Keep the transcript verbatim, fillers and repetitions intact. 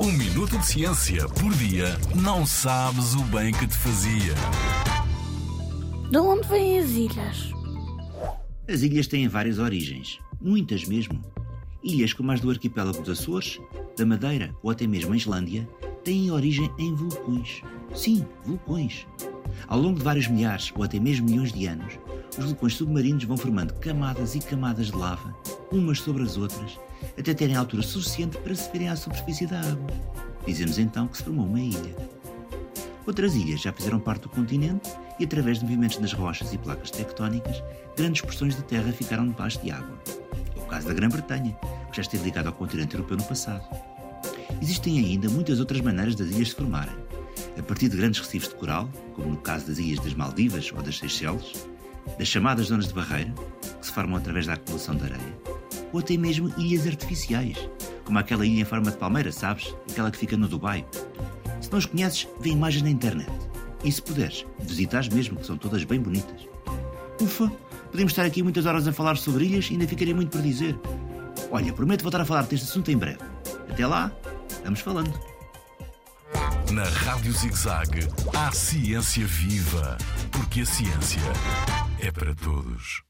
Um minuto de ciência por dia não sabes o bem que te fazia. De onde vêm as ilhas? As ilhas têm várias origens, muitas mesmo. Ilhas como as do arquipélago dos Açores, da Madeira ou até mesmo a Islândia têm origem em vulcões. Sim, vulcões. Ao longo de vários milhares ou até mesmo milhões de anos, os vulcões submarinos vão formando camadas e camadas de lava, umas sobre as outras, até terem altura suficiente para se verem à superfície da água. Dizemos então que se formou uma ilha. Outras ilhas já fizeram parte do continente e, através de movimentos nas rochas e placas tectónicas, grandes porções de terra ficaram debaixo de água. É o caso da Grã-Bretanha, que já esteve ligado ao continente europeu no passado. Existem ainda muitas outras maneiras das ilhas se formarem, a partir de grandes recifes de coral, como no caso das ilhas das Maldivas ou das Seychelles, das chamadas zonas de barreira, que se formam através da acumulação de areia, ou até mesmo ilhas artificiais, como aquela ilha em forma de palmeira, sabes? Aquela que fica no Dubai. Se não as conheces, vê imagens na internet. E se puderes, visita-as mesmo, que são todas bem bonitas. Ufa, podemos estar aqui muitas horas a falar sobre ilhas e ainda ficaria muito por dizer. Olha, prometo voltar a falar deste assunto em breve. Até lá, vamos falando. Na Rádio Zig-Zag há ciência viva, porque a ciência é para todos.